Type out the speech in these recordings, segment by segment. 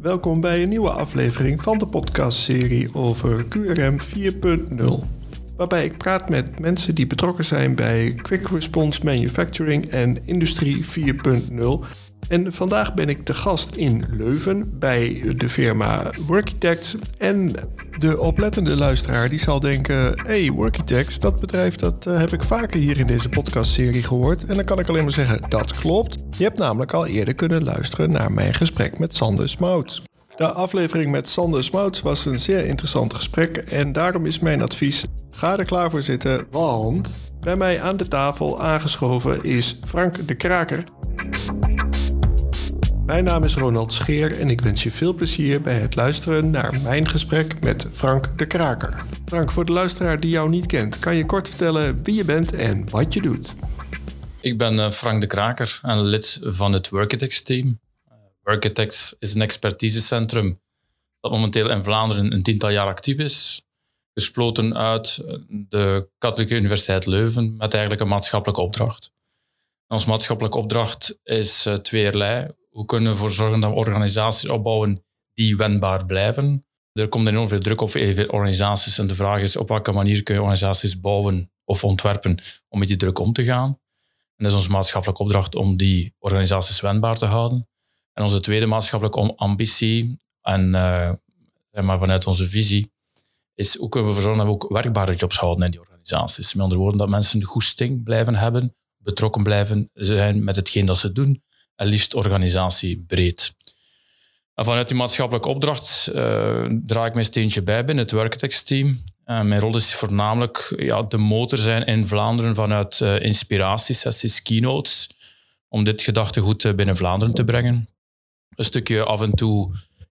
Welkom bij een nieuwe aflevering van de podcastserie over QRM 4.0. Waarbij ik praat met mensen die betrokken zijn bij Quick Response Manufacturing en Industrie 4.0. En vandaag ben ik te gast in Leuven bij de firma Workitect. En de oplettende luisteraar die zal denken, hey, Workitect, dat bedrijf dat heb ik vaker hier in deze podcastserie gehoord. En dan kan ik alleen maar zeggen, dat klopt. Je hebt namelijk al eerder kunnen luisteren naar mijn gesprek met Sander Smouts. De aflevering met Sander Smouts was een zeer interessant gesprek en daarom is mijn advies, ga er klaar voor zitten, want bij mij aan de tafel aangeschoven is Frank de Kraker. Mijn naam is Ronald Scheer en ik wens je veel plezier bij het luisteren naar mijn gesprek met Frank de Kraker. Frank, voor de luisteraar die jou niet kent, kan je kort vertellen wie je bent en wat je doet? Ik ben Frank de Kraker en lid van het Workitect-team. Workitect is een expertisecentrum dat momenteel in Vlaanderen een 10-tal jaar actief is. Gesploten uit de Katholieke Universiteit Leuven met eigenlijk een maatschappelijke opdracht. Onze maatschappelijke opdracht is tweeërlei. Hoe kunnen we ervoor zorgen dat we organisaties opbouwen die wendbaar blijven? Er komt enorm veel druk op veel organisaties en de vraag is op welke manier kun je organisaties bouwen of ontwerpen om met die druk om te gaan. En dat is onze maatschappelijke opdracht om die organisaties wendbaar te houden. En onze tweede maatschappelijke ambitie en vanuit onze visie is hoe kunnen we ervoor zorgen dat we ook werkbare jobs houden in die organisaties. Met andere woorden, dat mensen goesting blijven hebben, betrokken blijven zijn met hetgeen dat ze doen en liefst organisatiebreed. En vanuit die maatschappelijke opdracht draai ik mijn steentje bij binnen het Workitect-team. Mijn rol is voornamelijk de motor zijn in Vlaanderen vanuit inspiratiesessies, keynotes, om dit gedachtegoed binnen Vlaanderen te brengen. Een stukje af en toe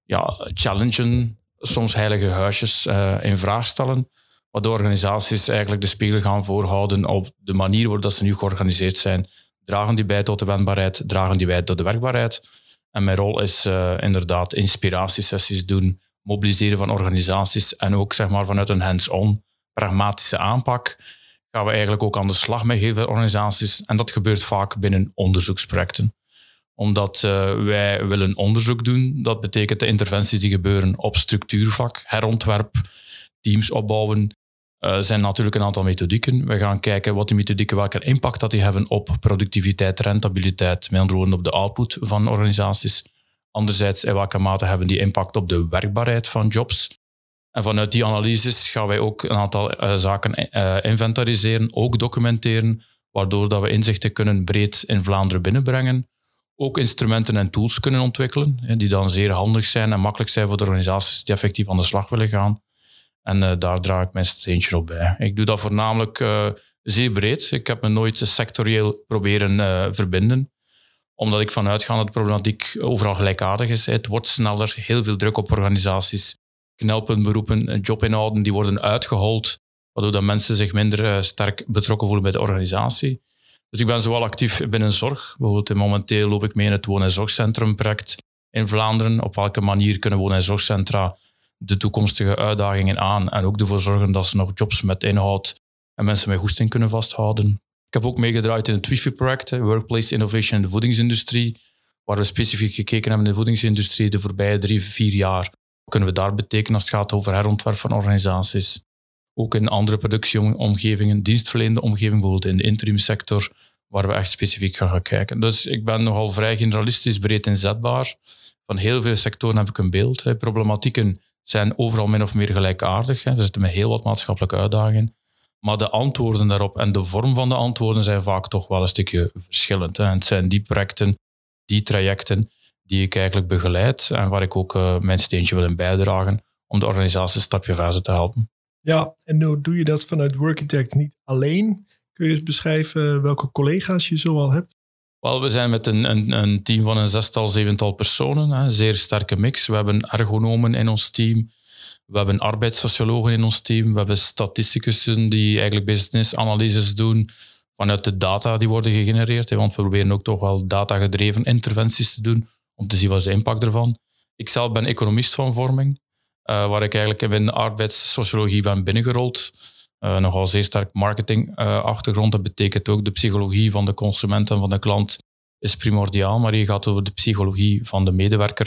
challengen, soms heilige huisjes in vraag stellen, waardoor organisaties eigenlijk de spiegel gaan voorhouden op de manier waarop ze nu georganiseerd zijn. Dragen die bij tot de wendbaarheid, dragen die bij tot de werkbaarheid. En mijn rol is inderdaad inspiratiesessies doen, mobiliseren van organisaties en ook vanuit een hands-on, pragmatische aanpak gaan we eigenlijk ook aan de slag met heel veel organisaties. En dat gebeurt vaak binnen onderzoeksprojecten. Omdat wij willen onderzoek doen, dat betekent de interventies die gebeuren op structuurvlak, herontwerp, teams opbouwen, zijn natuurlijk een aantal methodieken. We gaan kijken wat die methodieken, welke impact dat die hebben op productiviteit, rentabiliteit, met andere woorden op de output van organisaties. Anderzijds, in welke mate hebben die impact op de werkbaarheid van jobs. En vanuit die analyses gaan wij ook een aantal zaken inventariseren, ook documenteren, waardoor dat we inzichten kunnen breed in Vlaanderen binnenbrengen. Ook instrumenten en tools kunnen ontwikkelen, die dan zeer handig zijn en makkelijk zijn voor de organisaties die effectief aan de slag willen gaan. En daar draag ik mijn steentje op bij. Ik doe dat voornamelijk zeer breed. Ik heb me nooit sectorieel proberen verbinden, omdat ik vanuit ga dat de problematiek overal gelijkaardig is. Het wordt sneller, heel veel druk op organisaties, knelpuntberoepen, jobinhouden die worden uitgehold, waardoor dat mensen zich minder sterk betrokken voelen bij de organisatie. Dus ik ben zowel actief binnen zorg. Bijvoorbeeld momenteel loop ik mee in het woon- en zorgcentrumproject in Vlaanderen. Op welke manier kunnen woon- en zorgcentra de toekomstige uitdagingen aan en ook ervoor zorgen dat ze nog jobs met inhoud en mensen met goesting kunnen vasthouden. Ik heb ook meegedraaid in het WIFI-project, Workplace Innovation in de voedingsindustrie, waar we specifiek gekeken hebben in de voedingsindustrie de voorbije 3-4 jaar. Wat kunnen we daar betekenen als het gaat over herontwerp van organisaties? Ook in andere productieomgevingen, dienstverlenende omgevingen, bijvoorbeeld in de interimsector, waar we echt specifiek gaan kijken. Dus ik ben nogal vrij generalistisch, breed inzetbaar. Van heel veel sectoren heb ik een beeld. Problematieken zijn overal min of meer gelijkaardig. Er zitten met heel wat maatschappelijke uitdagingen. Maar de antwoorden daarop en de vorm van de antwoorden zijn vaak toch wel een stukje verschillend. En het zijn die projecten, die trajecten die ik eigenlijk begeleid en waar ik ook mijn steentje wil in bijdragen om de organisatie een stapje verder te helpen. Ja, en nu doe je dat vanuit Workitect niet alleen. Kun je eens beschrijven welke collega's je zoal hebt? Wel, we zijn met een team van een 6-7 personen. Een zeer sterke mix. We hebben ergonomen in ons team. We hebben arbeidssociologen in ons team. We hebben statisticussen die eigenlijk business-analyses doen vanuit de data die worden gegenereerd. Want we proberen ook toch wel datagedreven interventies te doen om te zien wat is de impact ervan. Ikzelf ben economist van vorming, waar ik eigenlijk in de arbeidssociologie ben binnengerold. Nogal zeer sterk marketingachtergrond. Dat betekent ook de psychologie van de consument en van de klant is primordiaal, maar hier gaat het over de psychologie van de medewerker.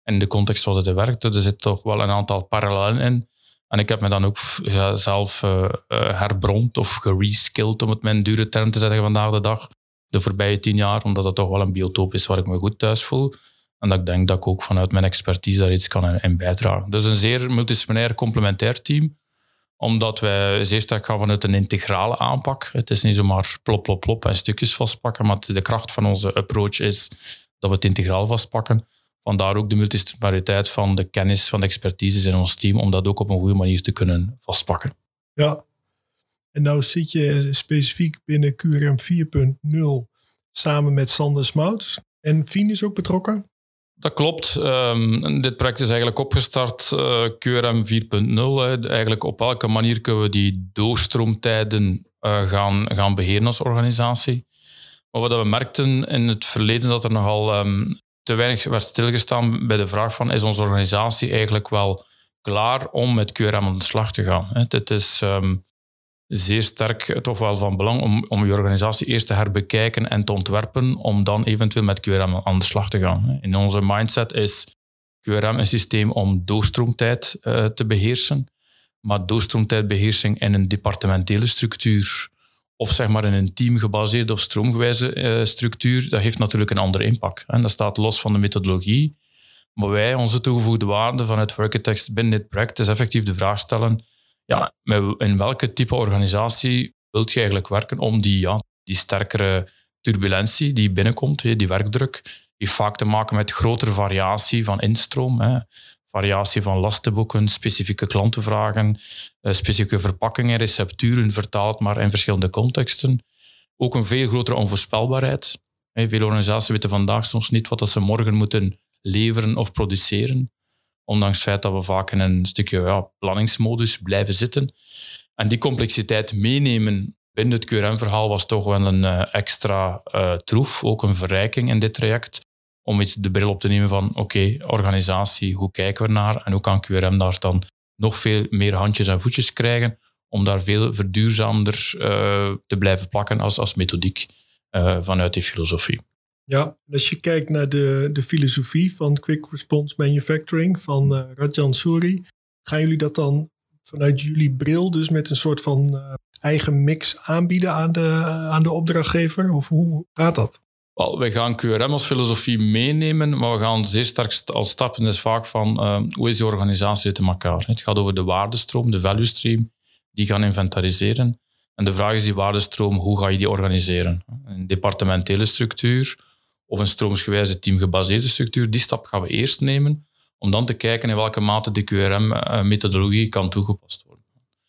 in de context wat het werkt. Er zit toch wel een aantal parallellen in. En ik heb me dan ook zelf herbrond of gereskilled, om het met een dure term te zeggen vandaag de dag, de voorbije 10 jaar, omdat het toch wel een biotoop is waar ik me goed thuis voel. En dat ik denk dat ik ook vanuit mijn expertise daar iets kan in bijdragen. Dus een zeer multidisciplinair complementair team, omdat wij zeer sterk gaan vanuit een integrale aanpak. Het is niet zomaar plop, plop, plop en stukjes vastpakken, maar de kracht van onze approach is dat we het integraal vastpakken. Vandaar ook de multidisciplinariteit van de kennis, van de expertise in ons team, om dat ook op een goede manier te kunnen vastpakken. Ja, en nou zit je specifiek binnen QRM 4.0 samen met Sander Smouts. En Fien is ook betrokken? Dat klopt. Dit project is eigenlijk opgestart, QRM 4.0. Eigenlijk op welke manier kunnen we die doorstroomtijden gaan beheren als organisatie. Maar wat we merkten in het verleden, dat er nogal te weinig werd stilgestaan bij de vraag van, is onze organisatie eigenlijk wel klaar om met QRM aan de slag te gaan? Het is zeer sterk toch wel van belang om je organisatie eerst te herbekijken en te ontwerpen, om dan eventueel met QRM aan de slag te gaan. In onze mindset is QRM een systeem om doorstroomtijd te beheersen, maar doorstroomtijdbeheersing in een departementele structuur of zeg maar in een teamgebaseerde of stroomgewijze structuur, dat heeft natuurlijk een andere impact. En dat staat los van de methodologie. Maar wij, onze toegevoegde waarde vanuit Workitext binnen dit project, is effectief de vraag stellen, ja, in welke type organisatie wilt je eigenlijk werken om die sterkere turbulentie die binnenkomt, die werkdruk, heeft vaak te maken met grotere variatie van instroom, variatie van lastenboeken, specifieke klantenvragen, specifieke verpakkingen, recepturen, vertaald maar in verschillende contexten. Ook een veel grotere onvoorspelbaarheid. Veel organisaties weten vandaag soms niet wat ze morgen moeten leveren of produceren. Ondanks het feit dat we vaak in een stukje planningsmodus blijven zitten. En die complexiteit meenemen binnen het QRM-verhaal was toch wel een extra troef, ook een verrijking in dit traject, om iets de bril op te nemen van oké, organisatie, hoe kijken we naar en hoe kan QRM daar dan nog veel meer handjes en voetjes krijgen om daar veel verduurzaamder te blijven plakken als methodiek vanuit die filosofie. Ja, als je kijkt naar de filosofie van Quick Response Manufacturing van Rajan Suri, gaan jullie dat dan vanuit jullie bril dus met een soort van eigen mix aanbieden aan de opdrachtgever? Of hoe gaat dat? Wel, we gaan QRM als filosofie meenemen, maar we gaan zeer sterk als starten is vaak van hoe is die organisatie in elkaar. Het gaat over de waardestroom, de value stream, die gaan inventariseren. En de vraag is die waardestroom, hoe ga je die organiseren? Een departementele structuur of een stroomsgewijze teamgebaseerde structuur, die stap gaan we eerst nemen, om dan te kijken in welke mate de QRM-methodologie kan toegepast worden.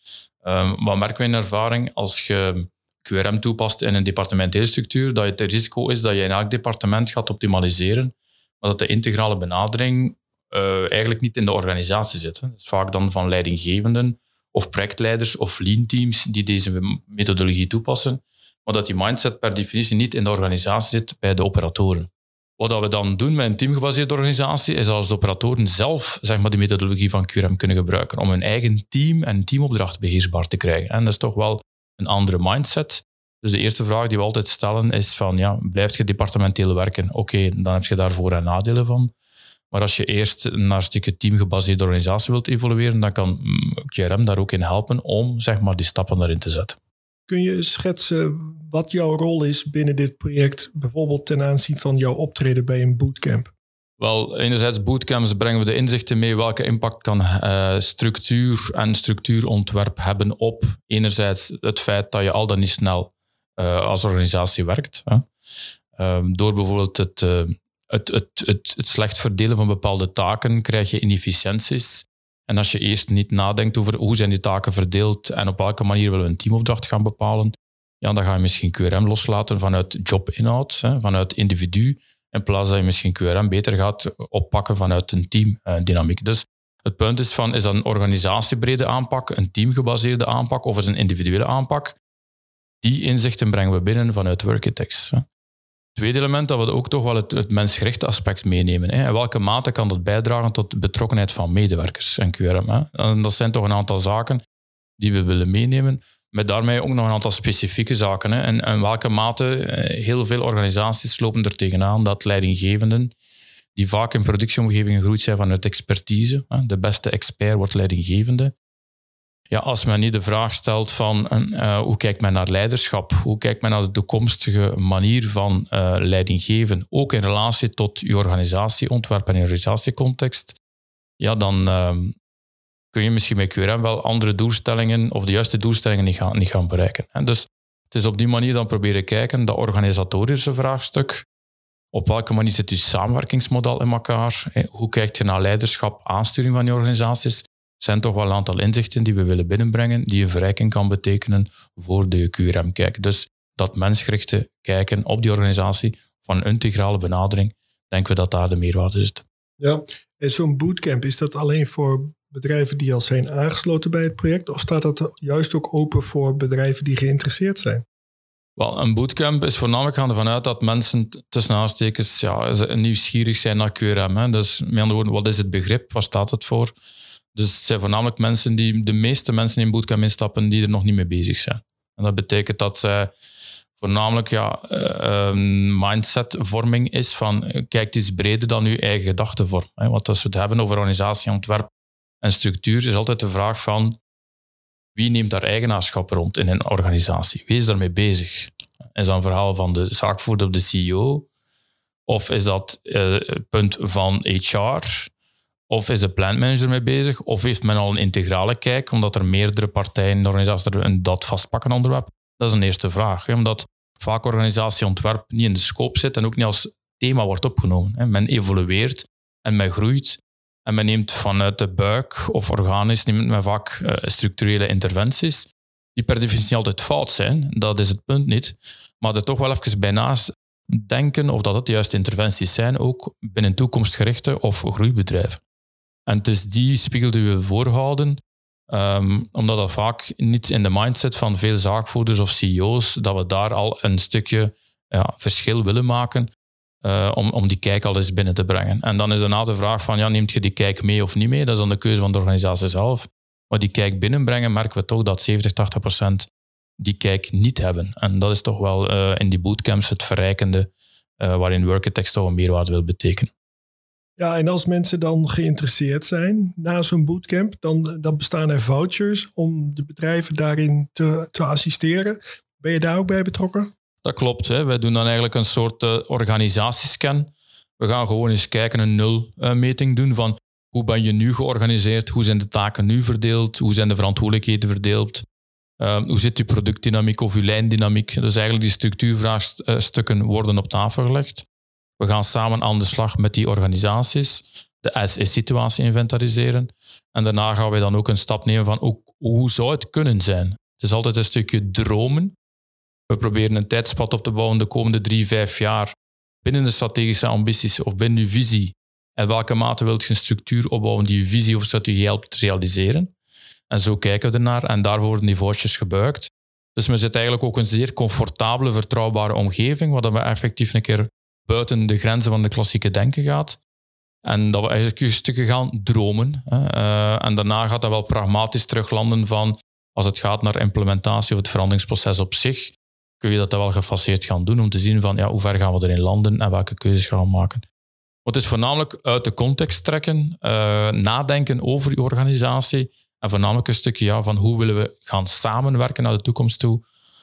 Wat merken we in ervaring? Als je QRM toepast in een departementele structuur, dat het risico is dat je in elk departement gaat optimaliseren, maar dat de integrale benadering eigenlijk niet in de organisatie zit. Dat is vaak dan van leidinggevenden of projectleiders of lean teams die deze methodologie toepassen, maar dat die mindset per definitie niet in de organisatie zit bij de operatoren. Wat we dan doen met een teamgebaseerde organisatie, is als de operatoren zelf zeg maar, die methodologie van QRM kunnen gebruiken om hun eigen team en teamopdracht beheersbaar te krijgen. En dat is toch wel een andere mindset. Dus de eerste vraag die we altijd stellen is van, blijft je departementeel werken? Oké, dan heb je daar voor- en nadelen van. Maar als je eerst naar een stukje teamgebaseerde organisatie wilt evolueren, dan kan QRM daar ook in helpen om zeg maar, die stappen daarin te zetten. Kun je schetsen wat jouw rol is binnen dit project, bijvoorbeeld ten aanzien van jouw optreden bij een bootcamp? Wel, enerzijds bootcamps brengen we de inzichten mee welke impact kan structuur en structuurontwerp hebben op enerzijds het feit dat je al dan niet snel als organisatie werkt. Door bijvoorbeeld het slecht verdelen van bepaalde taken krijg je inefficiënties. En als je eerst niet nadenkt over hoe zijn die taken verdeeld en op welke manier willen we een teamopdracht gaan bepalen, dan ga je misschien QRM loslaten vanuit jobinhoud, vanuit individu, in plaats dat je misschien QRM beter gaat oppakken vanuit een teamdynamiek. Dus het punt is dat een organisatiebrede aanpak, een teamgebaseerde aanpak of is een individuele aanpak? Die inzichten brengen we binnen vanuit Workitext. Het tweede element dat we ook toch wel het mensgerichte aspect meenemen. In welke mate kan dat bijdragen tot de betrokkenheid van medewerkers en QRM? En dat zijn toch een aantal zaken die we willen meenemen. Met daarmee ook nog een aantal specifieke zaken. En in welke mate heel veel organisaties lopen er tegenaan dat leidinggevenden die vaak in productieomgevingen gegroeid zijn vanuit expertise. De beste expert wordt leidinggevende. Ja, als men niet de vraag stelt van hoe kijkt men naar leiderschap, hoe kijkt men naar de toekomstige manier van leidinggeven, ook in relatie tot je organisatieontwerp en je organisatiecontext, ja, dan kun je misschien met QRM wel andere doelstellingen of de juiste doelstellingen niet gaan bereiken. En dus het is op die manier dan proberen kijken, dat organisatorische vraagstuk, op welke manier zit je samenwerkingsmodel in elkaar, hoe kijk je naar leiderschap, aansturing van je organisaties, zijn toch wel een aantal inzichten die we willen binnenbrengen, die een verrijking kan betekenen voor de QRM kijk. Dus dat mensgerichte kijken op die organisatie van een integrale benadering, denken we dat daar de meerwaarde zit. Ja, en zo'n bootcamp, is dat alleen voor bedrijven die al zijn aangesloten bij het project, of staat dat juist ook open voor bedrijven die geïnteresseerd zijn? Wel, een bootcamp is voornamelijk gaande vanuit dat mensen tussen aanstekens nieuwsgierig zijn naar QRM. Hè. Dus met andere woorden, wat is het begrip? Waar staat het voor? Dus het zijn voornamelijk de meeste mensen in een bootcamp instappen die er nog niet mee bezig zijn. En dat betekent dat zij voornamelijk mindsetvorming is van kijk iets breder dan uw eigen gedachtevorm. Want als we het hebben over organisatieontwerp en structuur, is altijd de vraag van wie neemt daar eigenaarschap rond in een organisatie? Wie is daarmee bezig? Is dat een verhaal van de zaakvoerder of de CEO? Of is dat het punt van HR? Of is de plantmanager mee bezig? Of heeft men al een integrale kijk, omdat er meerdere partijen in de organisatie dat vastpakken onderwerp? Dat is een eerste vraag. Omdat vaak organisatieontwerp niet in de scope zit en ook niet als thema wordt opgenomen. Men evolueert en men groeit. En men neemt vanuit de buik of organisch neemt men vaak structurele interventies die per definitie niet altijd fout zijn. Dat is het punt niet. Maar er toch wel even bij naast denken of dat het de juiste interventies zijn, ook binnen toekomstgerichte of groeibedrijven. En het is die spiegel die we voorhouden, omdat dat vaak niet in de mindset van veel zaakvoerders of CEO's, dat we daar al een stukje verschil willen maken om die kijk al eens binnen te brengen. En dan is daarna de vraag van, neemt je die kijk mee of niet mee? Dat is dan de keuze van de organisatie zelf. Maar die kijk binnenbrengen merken we toch dat 70-80% die kijk niet hebben. En dat is toch wel in die bootcamps het verrijkende waarin Workitex toch een meerwaarde wil betekenen. Ja, en als mensen dan geïnteresseerd zijn na zo'n bootcamp, dan bestaan er vouchers om de bedrijven daarin te assisteren. Ben je daar ook bij betrokken? Dat klopt. Hè. Wij doen dan eigenlijk een soort organisatiescan. We gaan gewoon eens kijken, een nulmeting doen van hoe ben je nu georganiseerd, hoe zijn de taken nu verdeeld, hoe zijn de verantwoordelijkheden verdeeld, hoe zit je productdynamiek of je lijndynamiek. Dus eigenlijk die structuurvraagstukken worden op tafel gelegd. We gaan samen aan de slag met die organisaties, de as-is-situatie inventariseren. En daarna gaan we dan ook een stap nemen van hoe zou het kunnen zijn. Het is altijd een stukje dromen. We proberen een tijdspad op te bouwen de komende 3-5 jaar binnen de strategische ambities of binnen uw visie. En welke mate wilt je een structuur opbouwen die je visie of strategie helpt realiseren. En zo kijken we ernaar en daarvoor worden die vouchers gebruikt. Dus we zitten eigenlijk ook in een zeer comfortabele, vertrouwbare omgeving, waar we effectief een keer buiten de grenzen van de klassieke denken gaat. En dat we eigenlijk een stukje gaan dromen. En daarna gaat dat wel pragmatisch teruglanden van, als het gaat naar implementatie of het veranderingsproces op zich, kun je dat wel gefaseerd gaan doen om te zien van hoe ver gaan we erin landen en welke keuzes gaan we maken. Maar het is voornamelijk uit de context trekken, nadenken over je organisatie en voornamelijk een stukje van hoe willen we gaan samenwerken naar de toekomst toe.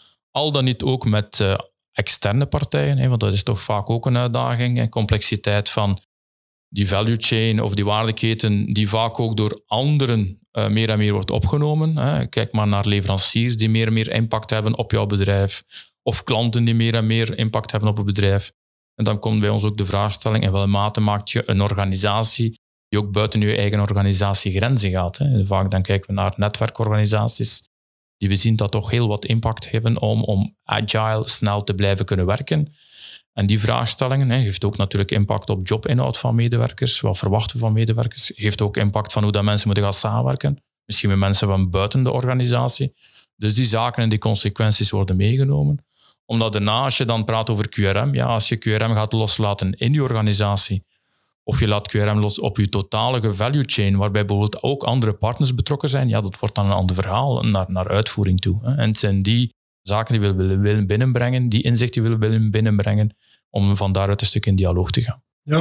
Al dan niet ook met externe partijen, want dat is toch vaak ook een uitdaging en complexiteit van die value chain of die waardeketen die vaak ook door anderen meer en meer wordt opgenomen. Kijk maar naar leveranciers die meer en meer impact hebben op jouw bedrijf of klanten die meer en meer impact hebben op het bedrijf. En dan komt bij ons ook de vraagstelling in welke mate maakt je een organisatie die ook buiten je eigen organisatiegrenzen gaat. Vaak dan kijken we naar netwerkorganisaties die we zien dat toch heel wat impact hebben om agile, snel te blijven kunnen werken. En die vraagstellingen heeft ook natuurlijk impact op jobinhoud van medewerkers. Wat verwachten we van medewerkers? Heeft ook impact van hoe dat mensen moeten gaan samenwerken. Misschien met mensen van buiten de organisatie. Dus die zaken en die consequenties worden meegenomen. Omdat daarna, als je dan praat over QRM, als je QRM gaat loslaten in je organisatie, of je laat QRM los op je totale value chain, waarbij bijvoorbeeld ook andere partners betrokken zijn, dat wordt dan een ander verhaal naar uitvoering toe. En het zijn die zaken die we willen binnenbrengen, die inzichten die we willen binnenbrengen, om van daaruit een stuk in dialoog te gaan. Ja,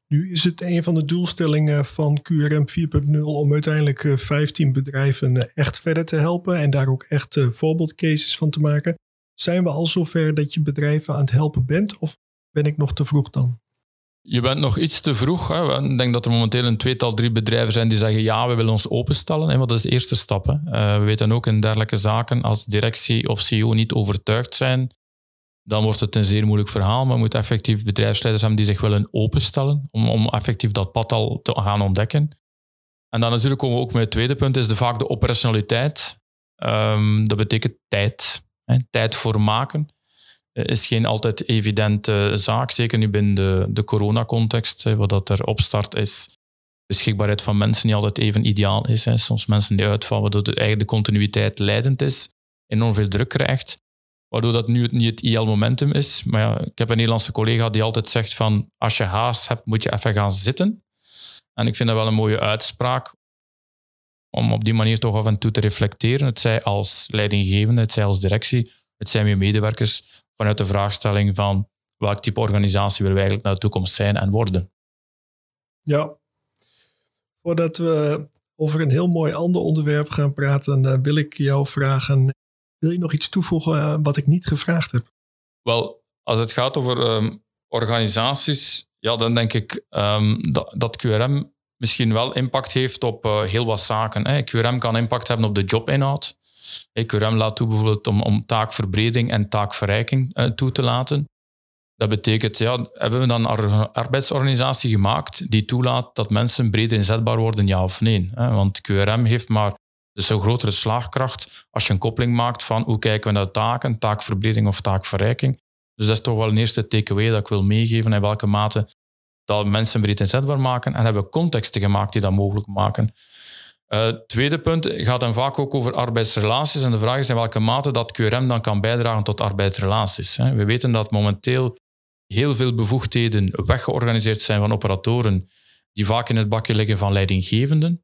Nu is het een van de doelstellingen van QRM 4.0 om uiteindelijk 15 bedrijven echt verder te helpen en daar ook echt voorbeeldcases van te maken. Zijn we al zover dat je bedrijven aan het helpen bent of ben ik nog te vroeg dan? Je bent nog iets te vroeg. Hè. Ik denk dat er momenteel een 2-3 bedrijven zijn die zeggen ja, we willen ons openstellen. Hè, want dat is de eerste stap. Hè. We weten ook in dergelijke zaken, als directie of CEO niet overtuigd zijn, dan wordt het een zeer moeilijk verhaal. Maar je moet effectief bedrijfsleiders hebben die zich willen openstellen om effectief dat pad al te gaan ontdekken. En dan natuurlijk komen we ook met het tweede punt, is vaak de operationaliteit. Dat betekent tijd. Hè. Tijd voor maken. Is geen altijd evidente zaak, zeker niet binnen de coronacontext, wat er opstart is. Beschikbaarheid van mensen niet altijd even ideaal is. Hè. Soms mensen die uitvallen, waardoor eigenlijk de continuïteit leidend is, enorm veel druk krijgt, waardoor dat nu niet het ideaal momentum is. Maar ja, ik heb een Nederlandse collega die altijd zegt van als je haast hebt, moet je even gaan zitten. En ik vind dat wel een mooie uitspraak, om op die manier toch af en toe te reflecteren. Het zij als leidinggevende, het zij als directie, het zijn je medewerkers, vanuit de vraagstelling van welk type organisatie willen we eigenlijk naar de toekomst zijn en worden. Ja, voordat we over een heel mooi ander onderwerp gaan praten, wil ik jou vragen, wil je nog iets toevoegen aan wat ik niet gevraagd heb? Wel, als het gaat over organisaties, ja, dan denk ik dat QRM misschien wel impact heeft op heel wat zaken. Hè. QRM kan impact hebben op de jobinhoud. QRM laat toe bijvoorbeeld om taakverbreding en taakverrijking toe te laten. Dat betekent, ja, hebben we dan een arbeidsorganisatie gemaakt die toelaat dat mensen breder inzetbaar worden, ja of nee? Want QRM heeft maar dus een grotere slagkracht als je een koppeling maakt van hoe kijken we naar taken, taakverbreding of taakverrijking. Dus dat is toch wel een eerste takeaway dat ik wil meegeven, in welke mate dat mensen breed inzetbaar maken, en hebben we contexten gemaakt die dat mogelijk maken. Het tweede punt gaat dan vaak ook over arbeidsrelaties. En de vraag is in welke mate dat QRM dan kan bijdragen tot arbeidsrelaties. We weten dat momenteel heel veel bevoegdheden weggeorganiseerd zijn van operatoren die vaak in het bakje liggen van leidinggevenden.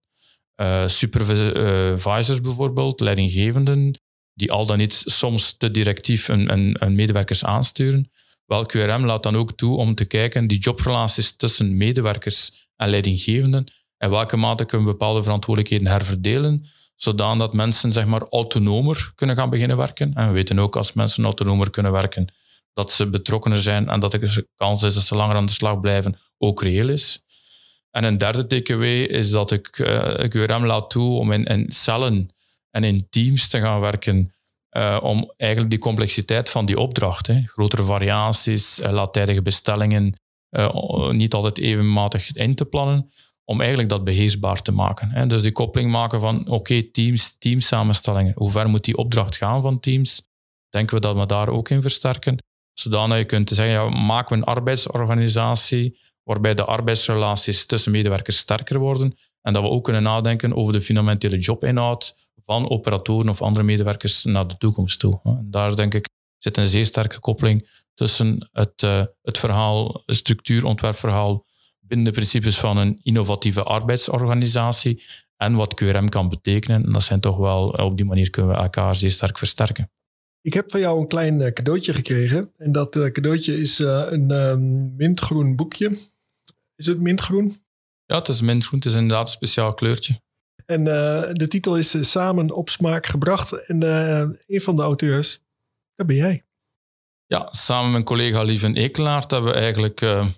Supervisors bijvoorbeeld, leidinggevenden, die al dan niet soms te directief een medewerkers aansturen. Wel, QRM laat dan ook toe om te kijken die jobrelaties tussen medewerkers en leidinggevenden. In welke mate kunnen we bepaalde verantwoordelijkheden herverdelen, zodat mensen zeg maar autonomer kunnen gaan beginnen werken. En we weten ook als mensen autonomer kunnen werken, dat ze betrokkener zijn en dat er kans is dat ze langer aan de slag blijven, ook reëel is. En een derde takeaway is dat ik QRM laat toe om in cellen en in teams te gaan werken, om eigenlijk die complexiteit van die opdracht, grotere variaties, laattijdige bestellingen, niet altijd evenmatig in te plannen, om eigenlijk dat beheersbaar te maken. Dus die koppeling maken van teamsamenstellingen. Hoe ver moet die opdracht gaan van teams? Denken we dat we daar ook in versterken? Zodat je kunt zeggen, ja, maken we een arbeidsorganisatie waarbij de arbeidsrelaties tussen medewerkers sterker worden en dat we ook kunnen nadenken over de fundamentele jobinhoud van operatoren of andere medewerkers naar de toekomst toe. En daar denk ik zit een zeer sterke koppeling tussen het verhaal, het structuurontwerpverhaal binnen de principes van een innovatieve arbeidsorganisatie en wat QRM kan betekenen. En dat zijn toch wel, op die manier kunnen we elkaar zeer sterk versterken. Ik heb van jou een klein cadeautje gekregen. En dat cadeautje is een mintgroen boekje. Is het mintgroen? Ja, het is mintgroen. Het is inderdaad een speciaal kleurtje. En de titel is Samen op smaak gebracht. En een van de auteurs, dat ben jij. Ja, samen met mijn collega Lieven Ekelaert hebben we eigenlijk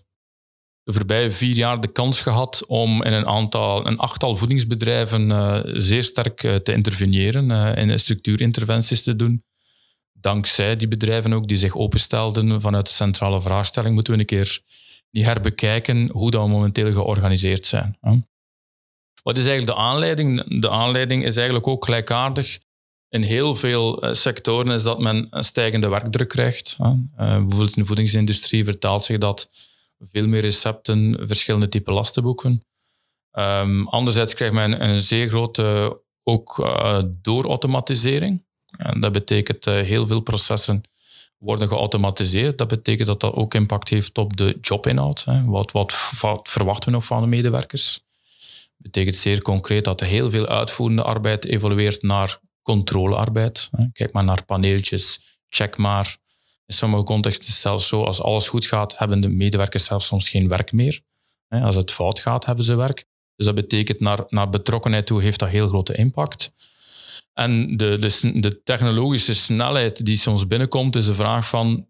de voorbije 4 jaar de kans gehad om in een 8-tal voedingsbedrijven zeer sterk te interveneren, in structuurinterventies te doen. Dankzij die bedrijven ook die zich openstelden vanuit de centrale vraagstelling, moeten we een keer niet herbekijken hoe dat we momenteel georganiseerd zijn. Wat is eigenlijk de aanleiding? De aanleiding is eigenlijk ook gelijkaardig. In heel veel sectoren is dat men een stijgende werkdruk krijgt. Bijvoorbeeld in de voedingsindustrie vertaalt zich dat veel meer recepten, verschillende typen lastenboeken. Anderzijds krijgt men een zeer grote doorautomatisering. En dat betekent heel veel processen worden geautomatiseerd. Dat betekent dat dat ook impact heeft op de jobinhoud. Wat verwachten we nog van de medewerkers? Dat betekent zeer concreet dat er heel veel uitvoerende arbeid evolueert naar controlearbeid. Kijk maar naar paneeltjes, check maar. In sommige contexten is het zelfs zo, als alles goed gaat, hebben de medewerkers zelfs soms geen werk meer. Als het fout gaat, hebben ze werk. Dus dat betekent naar betrokkenheid toe heeft dat heel grote impact. En de technologische snelheid die soms binnenkomt, is de vraag van,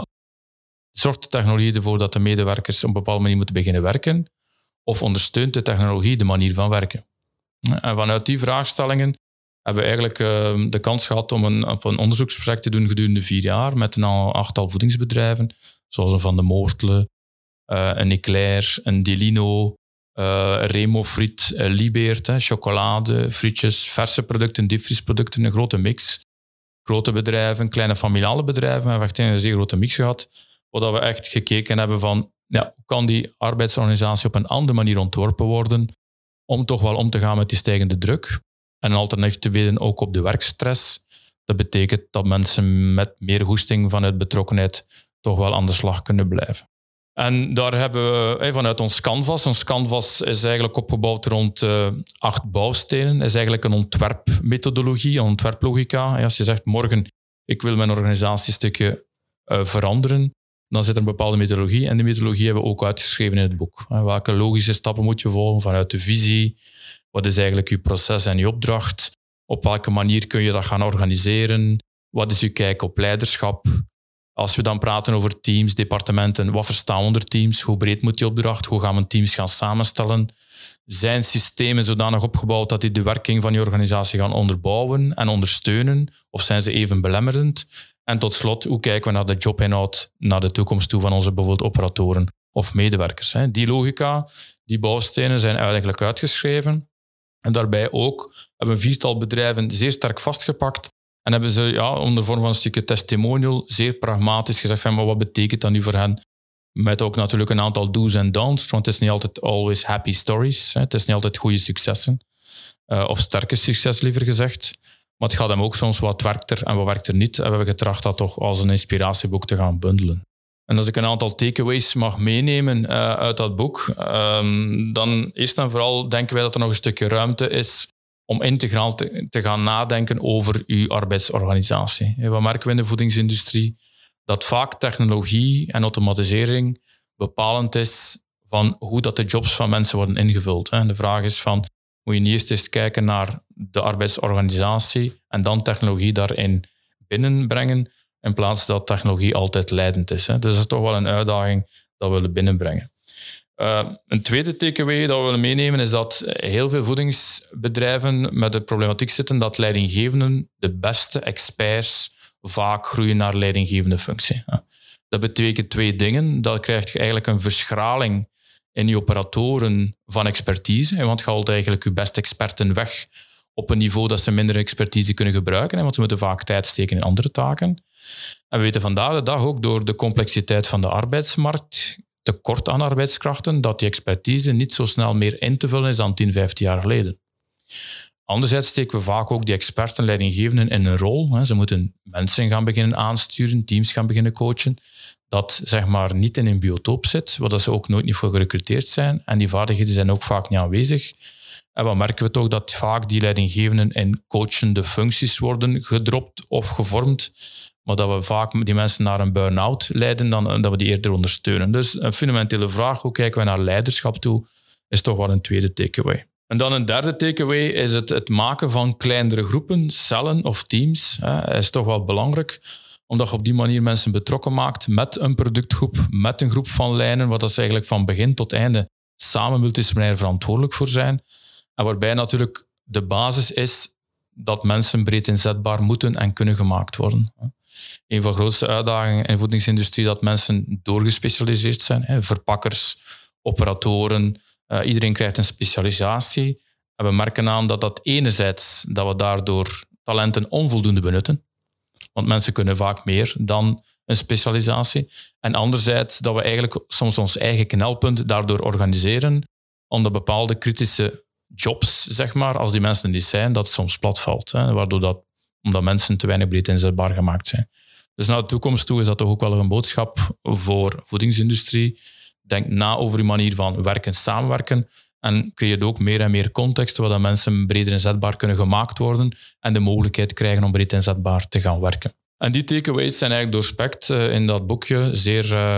zorgt de technologie ervoor dat de medewerkers op een bepaalde manier moeten beginnen werken? Of ondersteunt de technologie de manier van werken? En vanuit die vraagstellingen hebben we eigenlijk de kans gehad om een onderzoeksproject te doen gedurende 4 jaar met een 8-tal voedingsbedrijven, zoals een Van de Moortelen, een Eclair, een Delino, Remo Friet, Liebert, chocolade, frietjes, verse producten, diepvriesproducten, een grote mix. Grote bedrijven, kleine familiale bedrijven, we hebben echt een zeer grote mix gehad, waar we echt gekeken hebben van, hoe kan die arbeidsorganisatie op een andere manier ontworpen worden om toch wel om te gaan met die stijgende druk. En een alternatief te bieden ook op de werkstress. Dat betekent dat mensen met meer goesting vanuit betrokkenheid toch wel aan de slag kunnen blijven. En daar hebben we vanuit ons canvas is eigenlijk opgebouwd rond 8 bouwstenen. Het is eigenlijk een ontwerpmethodologie, een ontwerplogica. Als je zegt, morgen, ik wil mijn organisatiestukje veranderen, dan zit er een bepaalde methodologie. En die methodologie hebben we ook uitgeschreven in het boek. Welke logische stappen moet je volgen vanuit de visie? Wat is eigenlijk je proces en je opdracht? Op welke manier kun je dat gaan organiseren? Wat is je kijk op leiderschap? Als we dan praten over teams, departementen, wat verstaan we onder teams? Hoe breed moet die opdracht? Hoe gaan we teams gaan samenstellen? Zijn systemen zodanig opgebouwd dat die de werking van je organisatie gaan onderbouwen en ondersteunen? Of zijn ze even belemmerend? En tot slot, hoe kijken we naar de jobinhoud naar de toekomst toe van onze bijvoorbeeld operatoren of medewerkers? Die logica, die bouwstenen zijn eigenlijk uitgeschreven. En daarbij ook hebben we 4-tal bedrijven zeer sterk vastgepakt en hebben ze onder vorm van een stukje testimonial zeer pragmatisch gezegd van, maar wat betekent dat nu voor hen? Met ook natuurlijk een aantal do's en don'ts, want het is niet altijd always happy stories. Het is niet altijd goede successen. Of sterke succes, liever gezegd. Maar het gaat hem ook soms wat werkt er en wat werkt er niet. En we hebben getracht dat toch als een inspiratieboek te gaan bundelen. En als ik een aantal takeaways mag meenemen uit dat boek, dan eerst en vooral denken wij dat er nog een stukje ruimte is om integraal te gaan nadenken over uw arbeidsorganisatie. Wat merken we in de voedingsindustrie? Dat vaak technologie en automatisering bepalend is van hoe dat de jobs van mensen worden ingevuld. En de vraag is van, moet je niet eerst eens kijken naar de arbeidsorganisatie en dan technologie daarin binnenbrengen, in plaats dat technologie altijd leidend is. Dus dat is toch wel een uitdaging dat we willen binnenbrengen. Een tweede takeaway dat we willen meenemen is dat heel veel voedingsbedrijven met de problematiek zitten dat leidinggevenden, de beste experts, vaak groeien naar leidinggevende functie. Dat betekent 2 dingen. Dat krijgt je eigenlijk een verschraling in je operatoren van expertise, want je haalt eigenlijk je beste experten weg op een niveau dat ze minder expertise kunnen gebruiken, want ze moeten vaak tijd steken in andere taken. En we weten vandaag de dag ook door de complexiteit van de arbeidsmarkt, tekort aan arbeidskrachten, dat die expertise niet zo snel meer in te vullen is dan 10, 15 jaar geleden. Anderzijds steken we vaak ook die experten, leidinggevenden in een rol. Ze moeten mensen gaan beginnen aansturen, teams gaan beginnen coachen, dat zeg maar niet in een biotoop zit, waar ze ook nooit niet voor gerecruiteerd zijn. En die vaardigheden zijn ook vaak niet aanwezig. En wat merken we toch? Dat vaak die leidinggevenden in coachende functies worden gedropt of gevormd, maar dat we vaak die mensen naar een burn-out leiden dan dat we die eerder ondersteunen. Dus een fundamentele vraag, hoe kijken we naar leiderschap toe, is toch wel een tweede takeaway. En dan een derde takeaway is het maken van kleinere groepen, cellen of teams. Is toch wel belangrijk, omdat je op die manier mensen betrokken maakt met een productgroep, met een groep van lijnen, waar dat ze eigenlijk van begin tot einde samen multidisciplinair verantwoordelijk voor zijn. En waarbij natuurlijk de basis is dat mensen breed inzetbaar moeten en kunnen gemaakt worden. Een van de grootste uitdagingen in de voedingsindustrie is dat mensen doorgespecialiseerd zijn. Verpakkers, operatoren, iedereen krijgt een specialisatie. En we merken aan dat enerzijds dat we daardoor talenten onvoldoende benutten. Want mensen kunnen vaak meer dan een specialisatie. En anderzijds dat we eigenlijk soms ons eigen knelpunt daardoor organiseren, omdat bepaalde kritische jobs, zeg maar, als die mensen er niet zijn, dat het soms platvalt. Waardoor omdat mensen te weinig breed inzetbaar gemaakt zijn. Dus naar de toekomst toe is dat toch ook wel een boodschap voor voedingsindustrie. Denk na over je manier van werken, samenwerken en creëer ook meer en meer context waar mensen breder inzetbaar kunnen gemaakt worden en de mogelijkheid krijgen om breed inzetbaar te gaan werken. En die takeaways zijn eigenlijk doorspekt in dat boekje zeer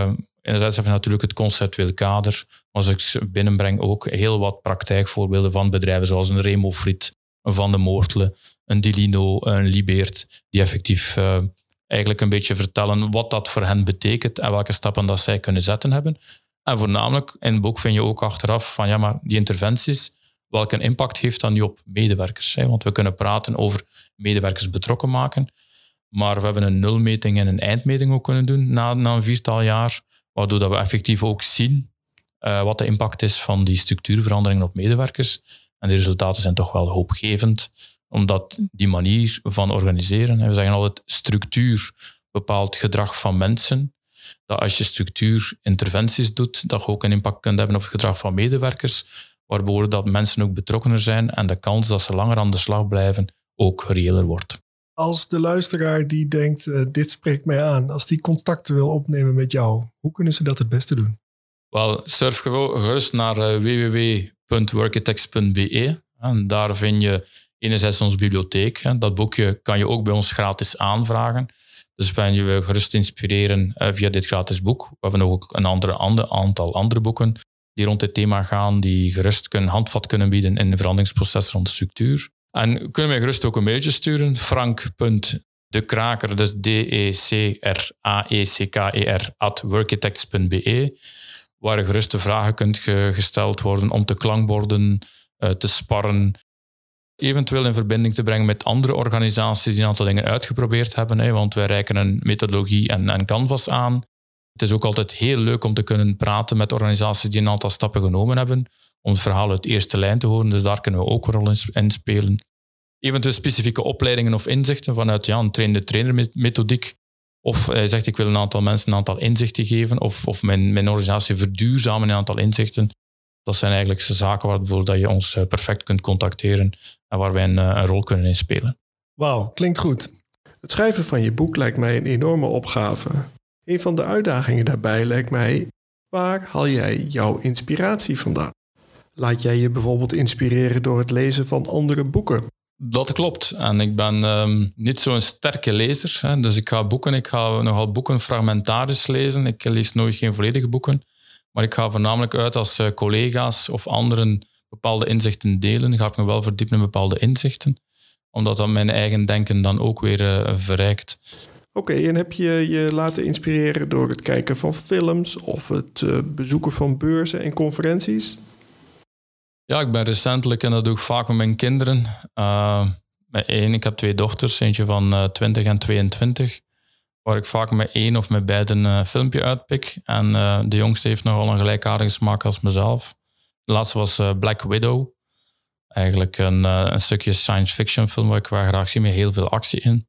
Enerzijds heb je natuurlijk het conceptueel kader, maar als ik binnenbreng ook heel wat praktijkvoorbeelden van bedrijven zoals een Remo Friet, een Van de Moortelen, een Dilino, een Libeert, die effectief eigenlijk een beetje vertellen wat dat voor hen betekent en welke stappen dat zij kunnen zetten hebben. En voornamelijk, in het boek vind je ook achteraf van maar die interventies, welke impact heeft dat nu op medewerkers? Want we kunnen praten over medewerkers betrokken maken, maar we hebben een nulmeting en een eindmeting ook kunnen doen na een 4-tal jaar, waardoor dat we effectief ook zien wat de impact is van die structuurveranderingen op medewerkers. En de resultaten zijn toch wel hoopgevend, omdat die manier van organiseren, we zeggen altijd structuur bepaalt gedrag van mensen, dat als je structuurinterventies doet, dat je ook een impact kunt hebben op het gedrag van medewerkers, waardoor dat mensen ook betrokkener zijn en de kans dat ze langer aan de slag blijven ook reëler wordt. Als de luisteraar die denkt, dit spreekt mij aan, als die contact wil opnemen met jou, hoe kunnen ze dat het beste doen? Wel, surf gerust naar www.workitex.be en daar vind je enerzijds onze bibliotheek. Dat boekje kan je ook bij ons gratis aanvragen. Dus ben je gerust inspireren via dit gratis boek. We hebben ook een aantal andere boeken die rond dit thema gaan, die gerust handvat kunnen bieden in een veranderingsproces rond de structuur. En kunnen mij gerust ook een mailtje sturen, frank.dekraker, dus DECRAECKER @workitex.be, waar gerust de vragen kunt gesteld worden om te klankborden, te sparren, eventueel in verbinding te brengen met andere organisaties die een aantal dingen uitgeprobeerd hebben, want wij reiken een methodologie en canvas aan. Het is ook altijd heel leuk om te kunnen praten met organisaties die een aantal stappen genomen hebben, om het verhaal uit de eerste lijn te horen, dus daar kunnen we ook een rol in spelen. Eventueel specifieke opleidingen of inzichten vanuit een trainer-trainer methodiek. Of hij zegt, ik wil een aantal mensen een aantal inzichten geven, of mijn organisatie verduurzamen een aantal inzichten. Dat zijn eigenlijk zaken waarvoor dat je ons perfect kunt contacteren en waar wij een rol kunnen in spelen. Wauw, klinkt goed. Het schrijven van je boek lijkt mij een enorme opgave. Een van de uitdagingen daarbij lijkt mij, waar haal jij jouw inspiratie vandaan? Laat jij je bijvoorbeeld inspireren door het lezen van andere boeken? Dat klopt. En ik ben niet zo'n sterke lezer. Hè. Dus ik ga nogal boeken fragmentarisch lezen. Ik lees nooit geen volledige boeken. Maar ik ga voornamelijk uit als collega's of anderen bepaalde inzichten delen. Ga ik me wel verdiepen in bepaalde inzichten. Omdat dat mijn eigen denken dan ook weer verrijkt. Oké, en heb je je laten inspireren door het kijken van films of het bezoeken van beurzen en conferenties? Ja, ik ben recentelijk, en dat doe ik vaak met mijn kinderen. Ik heb 2 dochters, eentje van 20 en 22. Waar ik vaak met 1 of met beiden een filmpje uitpik. En de jongste heeft nogal een gelijkaardige smaak als mezelf. De laatste was Black Widow. Eigenlijk een stukje science fiction film waar ik wel graag zie met heel veel actie in.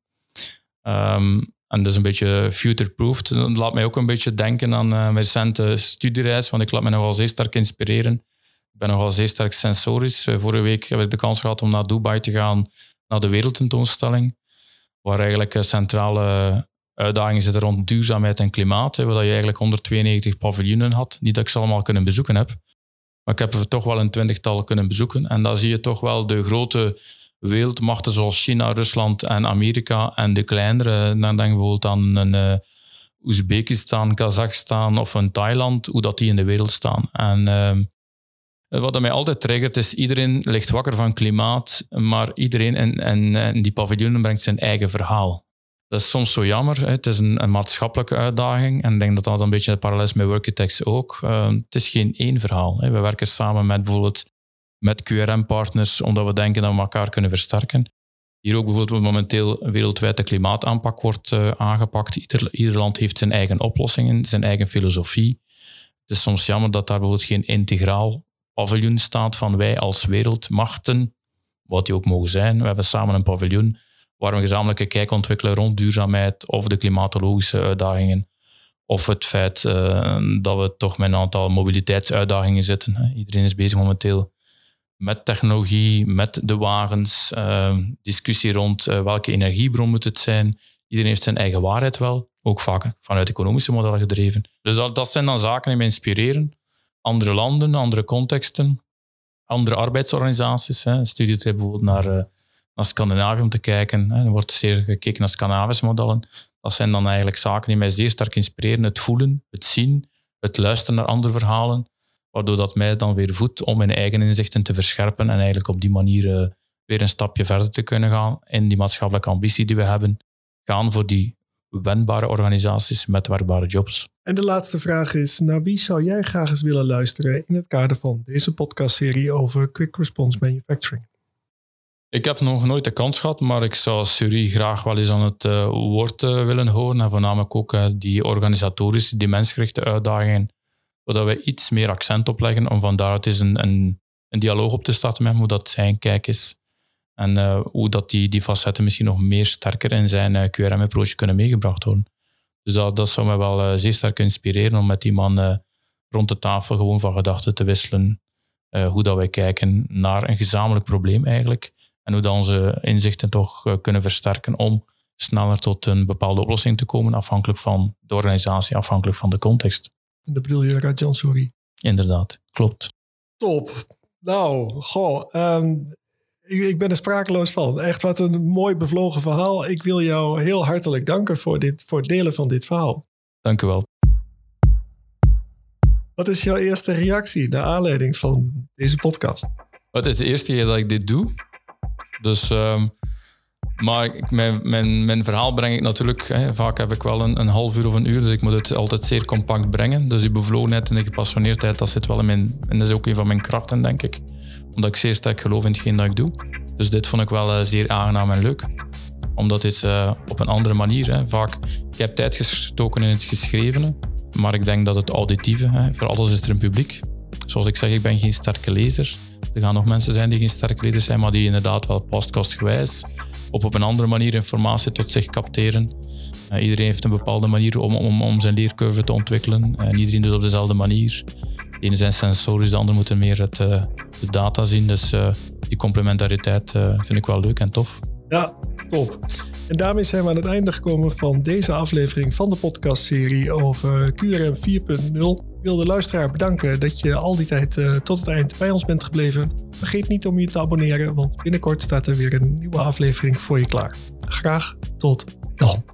En dat is een beetje future-proofed. Dat laat mij ook een beetje denken aan mijn recente studiereis, want ik laat me nogal zeer sterk inspireren. Ik ben nogal zeer sterk sensorisch. Vorige week heb ik de kans gehad om naar Dubai te gaan, naar de wereldtentoonstelling, waar eigenlijk centrale uitdagingen zitten rond duurzaamheid en klimaat, waar je eigenlijk 192 paviljoenen had. Niet dat ik ze allemaal kunnen bezoeken heb, maar ik heb er toch wel een 20-tal kunnen bezoeken. En daar zie je toch wel de grote wereldmachten zoals China, Rusland en Amerika en de kleinere. Dan denk ik bijvoorbeeld aan een Oezbekistan, Kazachstan of een Thailand, hoe dat die in de wereld staan. En wat mij altijd triggert is, iedereen ligt wakker van klimaat, maar iedereen in die paviljoenen brengt zijn eigen verhaal. Dat is soms zo jammer. Hè. Het is een maatschappelijke uitdaging en ik denk dat dat een beetje de parallel is met Workitex ook. Het is geen één verhaal. Hè. We werken samen met bijvoorbeeld met QRM-partners, omdat we denken dat we elkaar kunnen versterken. Hier ook bijvoorbeeld momenteel wereldwijd de klimaataanpak wordt aangepakt. Ieder land heeft zijn eigen oplossingen, zijn eigen filosofie. Het is soms jammer dat daar bijvoorbeeld geen integraal paviljoen staat van wij als wereldmachten, wat die ook mogen zijn. We hebben samen een paviljoen waar we een gezamenlijke kijk ontwikkelen rond duurzaamheid of de klimatologische uitdagingen of het feit dat we toch met een aantal mobiliteitsuitdagingen zitten. Iedereen is bezig momenteel met technologie, met de wagens, discussie rond welke energiebron moet het zijn. Iedereen heeft zijn eigen waarheid wel, ook vaak vanuit economische modellen gedreven. Dus dat zijn dan zaken die mij inspireren. Andere landen, andere contexten, andere arbeidsorganisaties. Een studietrip bijvoorbeeld naar Scandinavië om te kijken. Er wordt zeer gekeken naar Scandinavische modellen. Dat zijn dan eigenlijk zaken die mij zeer sterk inspireren. Het voelen, het zien, het luisteren naar andere verhalen, waardoor dat mij dan weer voedt om mijn eigen inzichten te verscherpen en eigenlijk op die manier weer een stapje verder te kunnen gaan in die maatschappelijke ambitie die we hebben. Gaan voor die wendbare organisaties met werkbare jobs. En de laatste vraag is, naar wie zou jij graag eens willen luisteren in het kader van deze podcastserie over Quick Response Manufacturing? Ik heb nog nooit de kans gehad, maar ik zou Suri graag wel eens aan het woord willen horen. En voornamelijk ook die organisatorische, die mensgerichte uitdagingen, waar we iets meer accent op leggen om van daaruit eens een dialoog op te starten met hem, hoe dat zijn kijk is. En hoe dat die facetten misschien nog meer sterker in zijn QRM-approach kunnen meegebracht worden. Dus dat zou mij wel zeer sterk inspireren om met die man rond de tafel gewoon van gedachten te wisselen. Hoe dat wij kijken naar een gezamenlijk probleem eigenlijk. En hoe dat onze inzichten toch kunnen versterken om sneller tot een bepaalde oplossing te komen, afhankelijk van de organisatie, afhankelijk van de context. Dat bedoel je Rajan Suri? Inderdaad, klopt. Top. Nou, ik ben er sprakeloos van. Echt wat een mooi bevlogen verhaal. Ik wil jou heel hartelijk danken voor het delen van dit verhaal. Dank u wel. Wat is jouw eerste reactie naar aanleiding van deze podcast? Het is de eerste keer dat ik dit doe. Dus, maar mijn verhaal breng ik natuurlijk... vaak heb ik wel een half uur of een uur, dus ik moet het altijd zeer compact brengen. Dus die bevlogenheid en de gepassioneerdheid, dat zit wel in en dat is ook een van mijn krachten, denk ik. Omdat ik zeer sterk geloof in hetgeen dat ik doe. Dus dit vond ik wel zeer aangenaam en leuk. Omdat dit op een andere manier... vaak, ik heb tijd gestoken in het geschrevene, maar ik denk dat het auditieve... voor alles is er een publiek. Zoals ik zeg, ik ben geen sterke lezer. Er gaan nog mensen zijn die geen sterke lezers zijn, maar die inderdaad wel podcastgewijs op een andere manier informatie tot zich capteren. Iedereen heeft een bepaalde manier om zijn leercurve te ontwikkelen. En iedereen doet het op dezelfde manier. De ene zijn sensorisch, de ander moet meer de data zien. Dus die complementariteit vind ik wel leuk en tof. Ja, top. En daarmee zijn we aan het einde gekomen van deze aflevering van de podcastserie over QRM 4.0. Ik wil de luisteraar bedanken dat je al die tijd tot het eind bij ons bent gebleven. Vergeet niet om je te abonneren, want binnenkort staat er weer een nieuwe aflevering voor je klaar. Graag tot dan.